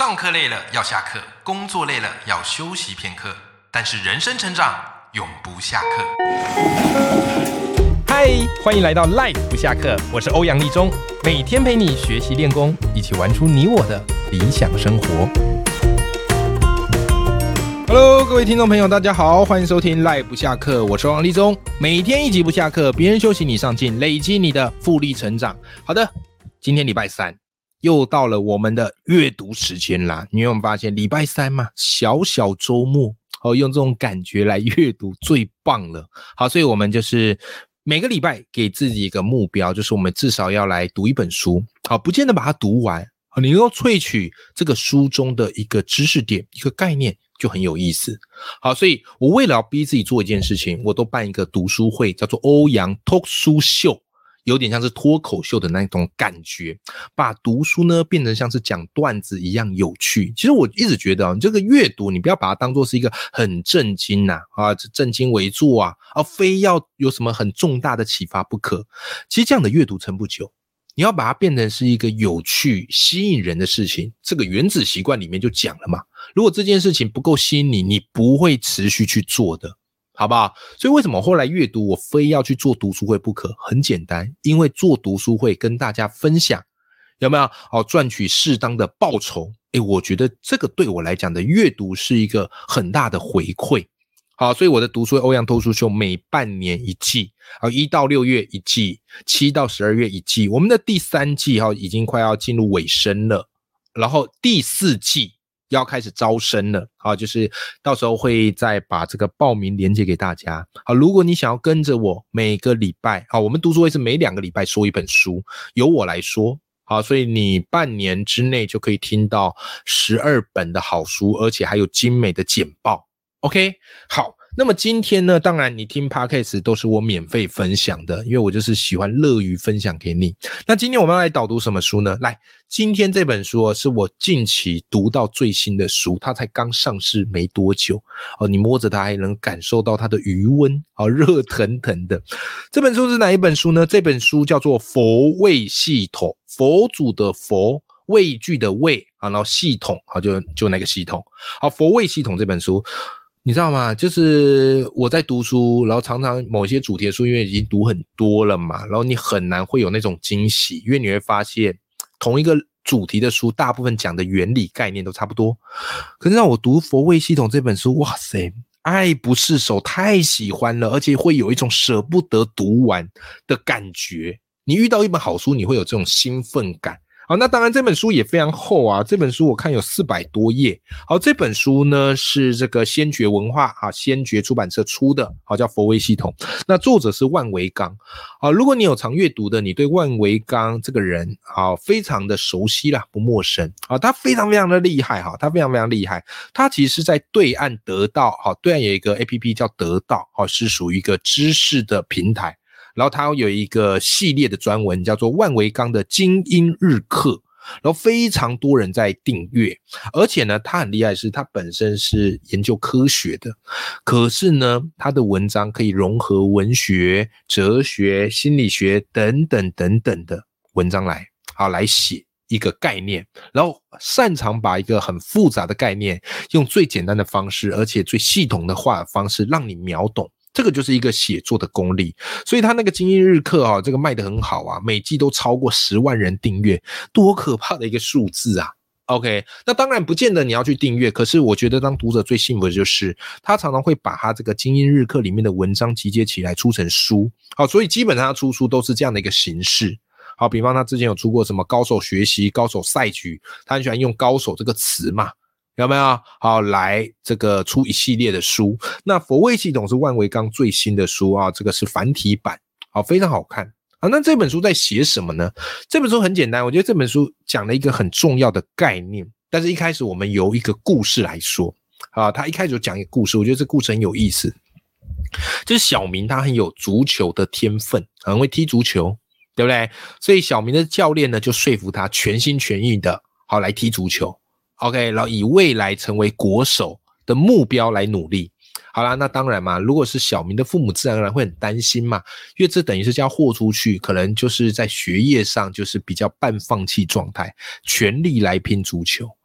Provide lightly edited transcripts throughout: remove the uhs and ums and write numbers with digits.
上课累了要下课，工作累了要休息片刻，但是人生成长永不下课。嗨，欢迎来到 Life 不下课，我是欧阳立中，每天陪你学习练功，一起玩出你我的理想生活。Hello， 各位听众朋友，大家好，欢迎收听 Life 不下课，我是欧阳立中，每天一集不下课，别人休息你上进，累积你的复利成长。好的，今天礼拜三。又到了我们的阅读时间啦，因为我们发现礼拜三嘛，小小周末，用这种感觉来阅读最棒了。好，所以我们就是每个礼拜给自己一个目标，就是我们至少要来读一本书。好，不见得把它读完，你能够萃取这个书中的一个知识点、一个概念，就很有意思。好，所以我为了要逼自己做一件事情，我都办一个读书会，叫做欧阳脱书秀。有点像是脱口秀的那种感觉，把读书呢变成像是讲段子一样有趣。其实我一直觉得这个阅读你不要把它当作是一个很正经正襟危坐非要有什么很重大的启发不可。其实这样的阅读撑不久，你要把它变成是一个有趣吸引人的事情。这个原子习惯里面就讲了嘛，如果这件事情不够吸引你，你不会持续去做的，好不好？所以为什么后来阅读我非要去做读书会不可？很简单，因为做读书会跟大家分享，有没有赚取适当的报酬？我觉得这个对我来讲的阅读是一个很大的回馈。好，所以我的读书会欧阳脱书秀每半年一季，1到6月一季，7到12月一季。我们的第3季已经快要进入尾声了，然后第4季要开始招生了，就是到时候会再把这个报名连结给大家。好，如果你想要跟着我每个礼拜，我们读书会是每2个礼拜说一本书，由我来说。好，所以你半年之内就可以听到12本的好书，而且还有精美的简报。OK， 好。那么今天呢，当然你听 Podcast 都是我免费分享的，因为我就是喜欢乐于分享给你。那今天我们要来导读什么书呢？来，今天这本书是我近期读到最新的书，它才刚上市没多久，你摸着它还能感受到它的余温，热腾腾的。这本书是哪一本书呢？这本书叫做佛味系统，佛祖的佛，畏惧的畏，然后系统，就那个系统。好，佛味系统这本书你知道吗？就是我在读书，然后常常某些主题的书因为已经读很多了嘛，然后你很难会有那种惊喜，因为你会发现同一个主题的书大部分讲的原理概念都差不多。可是让我读佛味系统这本书，哇塞，爱不释手，太喜欢了，而且会有一种舍不得读完的感觉。你遇到一本好书，你会有这种兴奋感。好，那当然这本书也非常厚这本书我看有400多页。好，这本书呢是这个先觉文化先觉出版社出的，叫佛味系统。那作者是万维刚。好，如果你有常阅读的，你对万维刚这个人非常的熟悉啦，不陌生。他非常非常的厉害，他非常非常厉害。他其实是在对岸得到，对岸有一个 APP 叫得到，是属于一个知识的平台。然后他有一个系列的专文叫做万维刚的精英日课，然后非常多人在订阅，而且呢他很厉害的是他本身是研究科学的，可是呢他的文章可以融合文学、哲学、心理学等等等等的文章来写一个概念，然后擅长把一个很复杂的概念用最简单的方式而且最系统的化的方式让你秒懂。这个就是一个写作的功力，所以他那个精英日课这个卖得很好每季都超过10万人订阅，多可怕的一个数字啊。OK， 那当然不见得你要去订阅，可是我觉得当读者最幸福的就是他常常会把他这个精英日课里面的文章集结起来出成书。好，所以基本上他出书都是这样的一个形式。好，比方他之前有出过什么高手学习、高手赛局，他很喜欢用高手这个词嘛，有没有？好，来这个出一系列的书。那佛味系统是万维刚最新的书这个是繁体版，非常好看。那这本书在写什么呢？这本书很简单，我觉得这本书讲了一个很重要的概念，但是一开始我们由一个故事来说。他一开始就讲一个故事，我觉得这故事很有意思。就是小明他很有足球的天分，很会踢足球，对不对？所以小明的教练呢就说服他全心全意的来踢足球。OK， 然后以未来成为国手的目标来努力。好啦，那当然嘛，如果是小明的父母自然而然会很担心嘛，因为这等于是要豁出去，可能就是在学业上就是比较半放弃状态，全力来拼足球。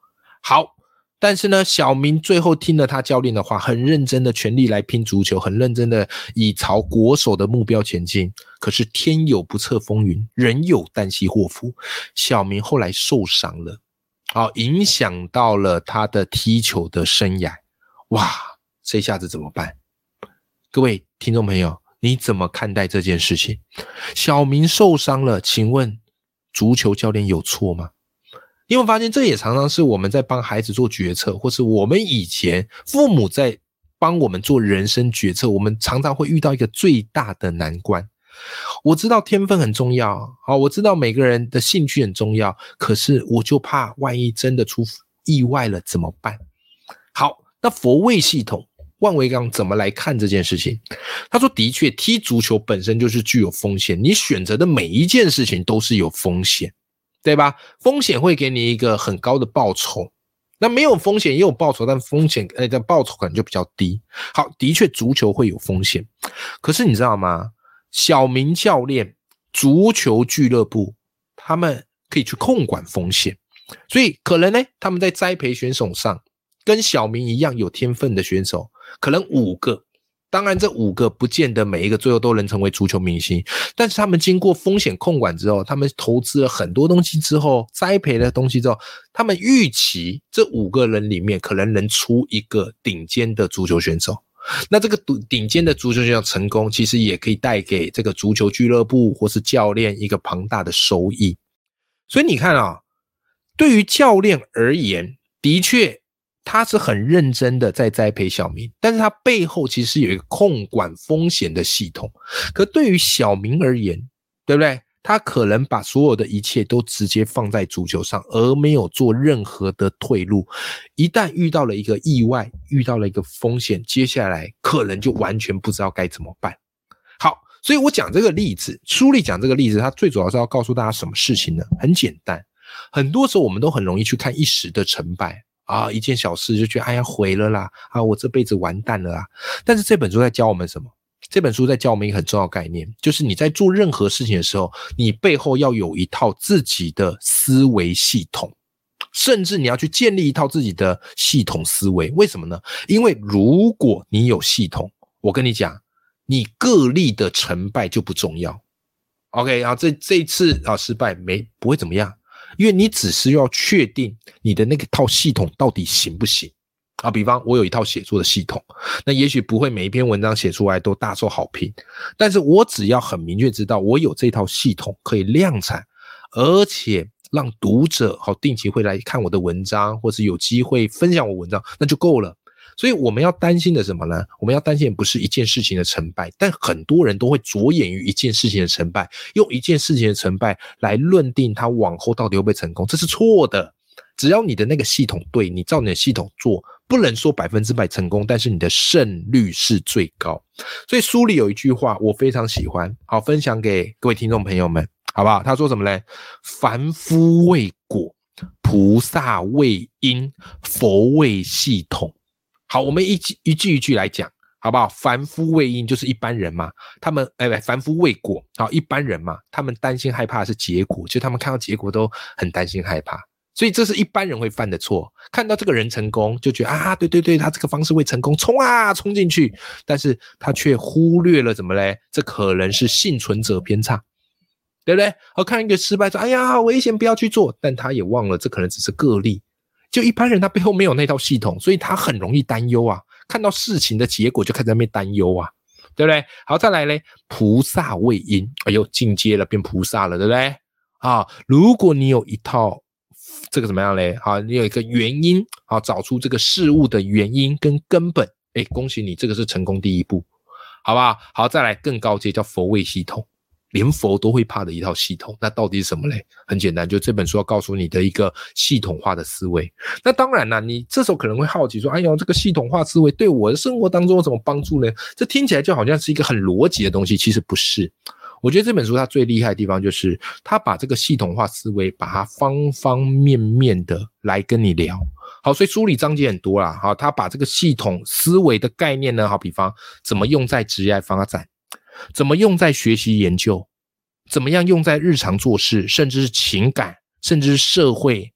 好，但是呢，小明最后听了他教练的话，很认真的全力来拼足球，很认真的以朝国手的目标前进。可是天有不测风云，人有旦夕祸福，小明后来受伤了，影响到了他的踢球的生涯。哇，这下子怎么办？各位听众朋友，你怎么看待这件事情？小明受伤了，请问足球教练有错吗？你有没有发现，这也常常是我们在帮孩子做决策，或是我们以前父母在帮我们做人生决策，我们常常会遇到一个最大的难关。我知道天分很重要，我知道每个人的兴趣很重要，可是我就怕万一真的出意外了怎么办？好，那佛位系统万维刚怎么来看这件事情？他说的确，踢足球本身就是具有风险，你选择的每一件事情都是有风险，对吧？风险会给你一个很高的报酬，那没有风险也有报酬，但风险的报酬可能就比较低。好，的确足球会有风险，可是你知道吗？小明教练足球俱乐部他们可以去控管风险，所以可能呢，他们在栽培选手上跟小明一样有天分的选手，可能5个，当然这5个不见得每一个最后都能成为足球明星，但是他们经过风险控管之后，他们投资了很多东西之后，栽培了东西之后，他们预期这5个人里面可能能出一个顶尖的足球选手。那这个顶尖的足球选手成功，其实也可以带给这个足球俱乐部或是教练一个庞大的收益。所以你看对于教练而言，的确他是很认真的在栽培小明，但是他背后其实有一个控管风险的系统。可对于小明而言，对不对？他可能把所有的一切都直接放在足球上，而没有做任何的退路。一旦遇到了一个意外，遇到了一个风险，接下来可能就完全不知道该怎么办。好，所以我讲这个例子，书里讲这个例子，它最主要是要告诉大家什么事情呢？很简单，很多时候我们都很容易去看一时的成败一件小事就觉得哎呀毁了啦，我这辈子完蛋了啦。但是这本书在教我们什么？这本书在教我们一个很重要的概念，就是你在做任何事情的时候，你背后要有一套自己的思维系统，甚至你要去建立一套自己的系统思维。为什么呢？因为如果你有系统，我跟你讲，你个例的成败就不重要。OK， 然后这一次失败不会怎么样，因为你只是要确定你的那个套系统到底行不行。比方我有一套写作的系统，那也许不会每一篇文章写出来都大受好评，但是我只要很明确知道我有这套系统可以量产，而且让读者定期会来看我的文章，或是有机会分享我文章，那就够了。所以我们要担心的什么呢？我们要担心的不是一件事情的成败，但很多人都会着眼于一件事情的成败，用一件事情的成败来论定他往后到底会不会成功，这是错的。只要你的那个系统对，你照你的系统做，不能说100%成功，但是你的胜率是最高。所以书里有一句话我非常喜欢，好，分享给各位听众朋友们，好不好？他说什么呢？凡夫为果，菩萨为因，佛为系统。好，我们一句一句来讲，好不好？凡夫为因就是一般人嘛，他们凡夫为果，好，一般人嘛，他们担心害怕的是结果，就他们看到结果都很担心害怕。所以这是一般人会犯的错，看到这个人成功就觉得对对对，他这个方式会成功，冲进去，但是他却忽略了怎么嘞？这可能是幸存者偏差，对不对？看一个失败说哎呀危险不要去做，但他也忘了这可能只是个例，就一般人他背后没有那套系统，所以他很容易担忧看到事情的结果就开始在那边担忧对不对？好，再来嘞，菩萨为因，进阶了变菩萨了，对不对？如果你有一套这个怎么样嘞？你有一个原因，找出这个事物的原因跟根本，恭喜你，这个是成功第一步，好不好？好，再来更高阶叫佛位系统，连佛都会怕的一套系统，那到底是什么嘞？很简单，就这本书要告诉你的一个系统化的思维。那当然啦，你这时候可能会好奇说，哎呦，这个系统化思维对我的生活当中有什么帮助呢？这听起来就好像是一个很逻辑的东西，其实不是。我觉得这本书它最厉害的地方就是它把这个系统化思维把它方方面面的来跟你聊。好，所以书里章节很多啦，好，它把这个系统思维的概念呢，好比方怎么用在职业发展，怎么用在学习研究，怎么样用在日常做事，甚至是情感，甚至是社会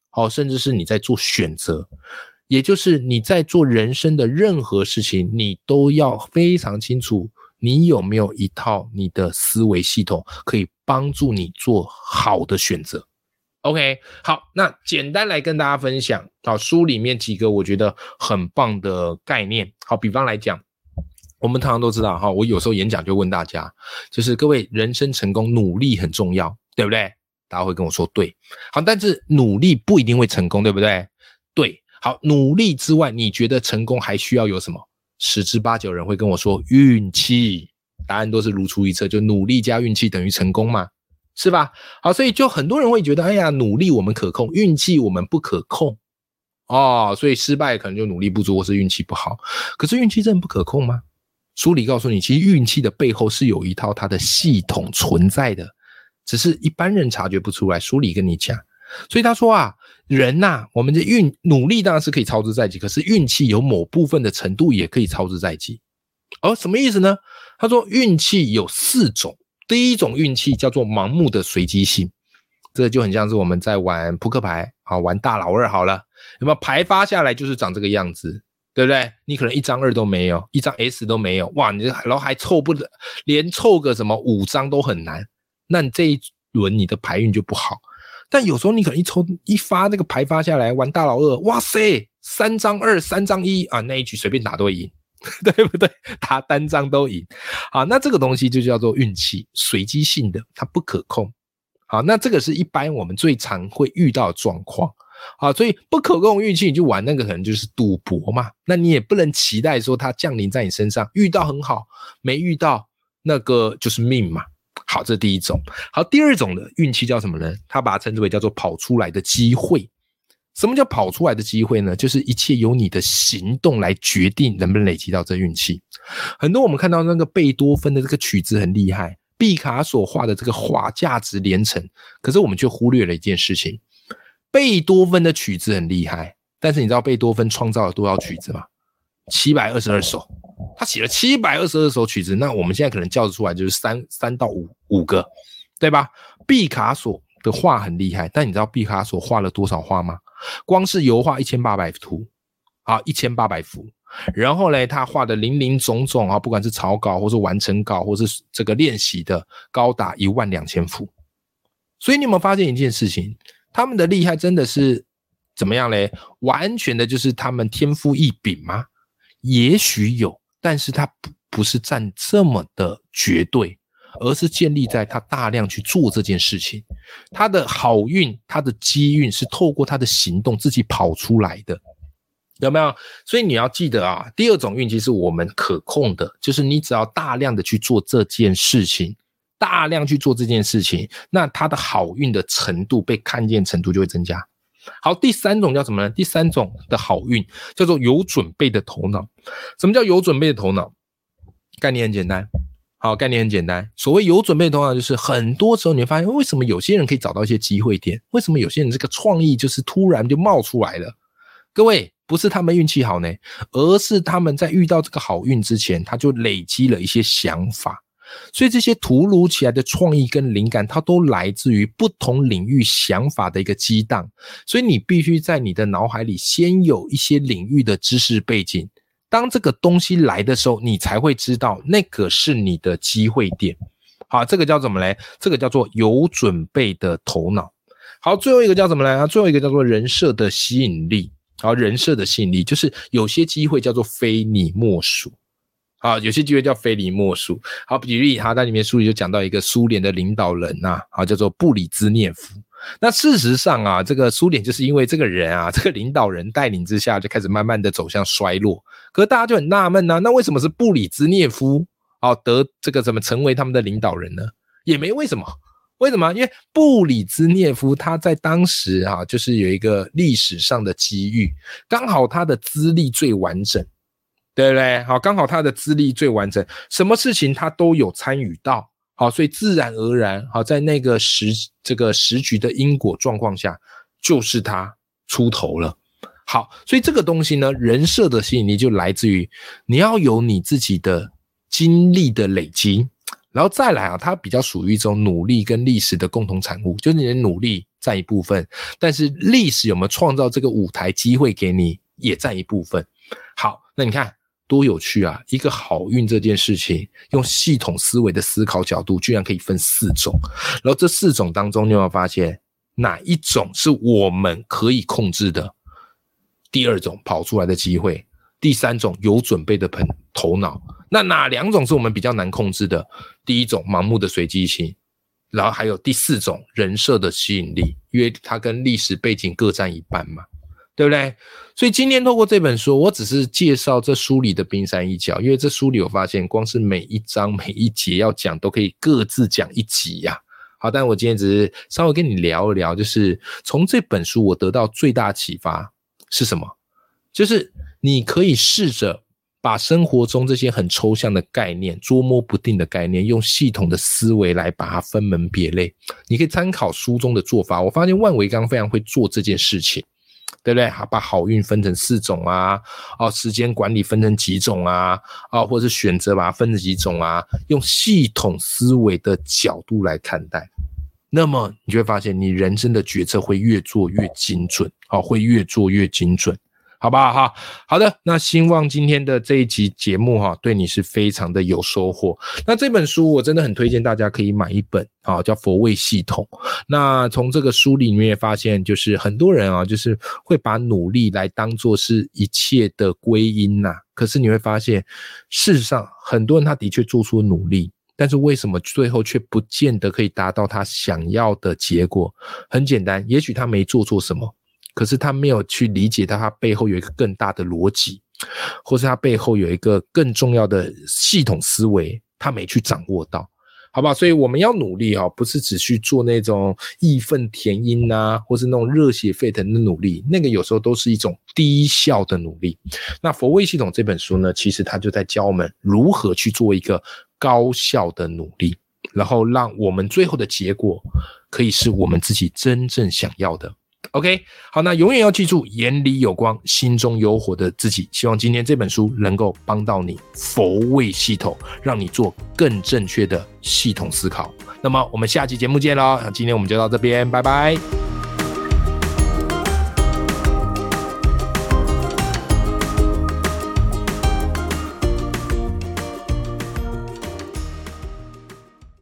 甚至是你在做选择，也就是你在做人生的任何事情，你都要非常清楚你有没有一套你的思维系统可以帮助你做好的选择。OK， 好，那简单来跟大家分享书里面几个我觉得很棒的概念。好，比方来讲，我们常常都知道我有时候演讲就问大家，就是各位人生成功努力很重要，对不对？大家会跟我说对。好，但是努力不一定会成功，对不对？对。好，努力之外，你觉得成功还需要有什么？10之89人会跟我说运气，答案都是如出一辙，就努力加运气等于成功嘛，是吧？好，所以就很多人会觉得，哎呀，努力我们可控，运气我们不可控所以失败可能就努力不足或是运气不好。可是运气真的不可控吗？书里告诉你，其实运气的背后是有一套它的系统存在的，只是一般人察觉不出来，书里跟你讲。所以他说人我们的努力当然是可以操之在己，可是运气有某部分的程度也可以操之在己。什么意思呢？他说运气有4种，第一种运气叫做盲目的随机性，这就很像是我们在玩扑克牌玩大老二好了，有没有牌发下来就是长这个样子，对不对？你可能1张2都没有，1张 S 都没有，哇，你然后还凑不得，连凑个什么5张都很难，那你这一轮你的牌运就不好。但有时候你可能一发那个牌发下来玩大老二，哇塞，3张2 3张1那一局随便打都会赢，对不对？打单张都赢。好，那这个东西就叫做运气，随机性的，它不可控。好，那这个是一般我们最常会遇到的状况。好，所以不可控运气你就玩那个可能就是赌博嘛，那你也不能期待说它降临在你身上，遇到很好，没遇到那个就是命嘛。好，这是第一种。好，第二种的运气叫什么呢？他把它称之为叫做跑出来的机会。什么叫跑出来的机会呢？就是一切由你的行动来决定能不能累积到这运气。很多我们看到那个贝多芬的这个曲子很厉害，毕卡索画的这个画价值连城，可是我们却忽略了一件事情，贝多芬的曲子很厉害，但是你知道贝多芬创造了多少曲子吗？722首。他写了722首曲子，那我们现在可能叫得出来就是3到5个，对吧？毕卡索的画很厉害，但你知道毕卡索画了多少画吗？光是油画1800图，1800幅。然后呢，他画的林林总总不管是草稿或是完成稿或是这个练习的，高达12000幅。所以你有没有发现一件事情？他们的厉害真的是怎么样嘞？完全的就是他们天赋异禀吗？也许有，但是它不是占这么的绝对，而是建立在他大量去做这件事情。他的好运，他的机运是透过他的行动自己跑出来的，有没有？所以你要记得第二种运气是我们可控的，就是你只要大量的去做这件事情，那他的好运的程度被看见程度就会增加。好，第三种叫什么呢？第三种的好运叫做有准备的头脑。什么叫有准备的头脑？概念很简单。好，概念很简单。所谓有准备的头脑，就是很多时候你会发现，为什么有些人可以找到一些机会点？为什么有些人这个创意就是突然就冒出来了？各位，不是他们运气好呢，而是他们在遇到这个好运之前，他就累积了一些想法。所以这些突如其来的创意跟灵感，它都来自于不同领域想法的一个激荡。所以你必须在你的脑海里先有一些领域的知识背景，当这个东西来的时候，你才会知道那个是你的机会点。好，这个叫什么呢？这个叫做有准备的头脑。好，最后一个叫什么呢？最后一个叫做人设的吸引力。好，人设的吸引力就是有些机会叫做非你莫属。好，有些机会叫非你莫属。好，比例他在里面书里就讲到一个苏联的领导人好，叫做布里兹涅夫。那事实上这个苏联就是因为这个人这个领导人带领之下，就开始慢慢的走向衰落。可是大家就很纳闷那为什么是布里兹涅夫得这个怎么成为他们的领导人呢？也没为什么。为什么？因为布里兹涅夫他在当时就是有一个历史上的机遇，刚好他的资历最完整。对不对？好，刚好他的资历最完整，什么事情他都有参与到。好，所以自然而然在那个这个时局的因果状况下，就是他出头了。好，所以这个东西呢，人设的吸引力就来自于你要有你自己的经历的累积， 然后再来啊，它比较属于一种努力跟历史的共同产物，就是你的努力占一部分，但是历史有没有创造这个舞台机会给你也占一部分。好，那你看多有趣啊，一个好运这件事情用系统思维的思考角度居然可以分4种，然后这4种当中你有没有发现哪一种是我们可以控制的？第2种跑出来的机会，第3种有准备的头脑，那哪2种是我们比较难控制的？第1种盲目的随机性，然后还有第4种人设的吸引力，因为它跟历史背景各占一半嘛，对不对？所以今天透过这本书，我只是介绍这书里的冰山一角，因为这书里我发现光是每一章每一节要讲都可以各自讲1集啊。好，但我今天只是稍微跟你聊一聊，就是从这本书我得到最大启发是什么？就是你可以试着把生活中这些很抽象的概念，捉摸不定的概念，用系统的思维来把它分门别类。你可以参考书中的做法，我发现万维刚非常会做这件事情，对不对？把好运分成4种啊，时间管理分成几种啊，或者是选择把它分成几种啊，用系统思维的角度来看待。那么你就会发现你人生的决策会越做越精准，会越做越精准。好不好哈？好的，那希望今天的这一集节目对你是非常的有收获。那这本书我真的很推荐大家可以买一本叫佛位系统。那从这个书里面也发现，就是很多人就是会把努力来当作是一切的归因呐。可是你会发现，事实上很多人他的确做出努力，但是为什么最后却不见得可以达到他想要的结果？很简单，也许他没做错什么，可是他没有去理解到他背后有一个更大的逻辑，或是他背后有一个更重要的系统思维，他没去掌握到，好不好？所以我们要努力不是只去做那种义愤填膺啊，或是那种热血沸腾的努力，那个有时候都是一种低效的努力。那佛位系统这本书呢，其实它就在教我们如何去做一个高效的努力，然后让我们最后的结果可以是我们自己真正想要的。OK， 好，那永远要记住眼里有光心中有火的自己。希望今天这本书能够帮到你佛位系统，让你做更正确的系统思考。那么我们下期节目见咯，今天我们就到这边，拜拜。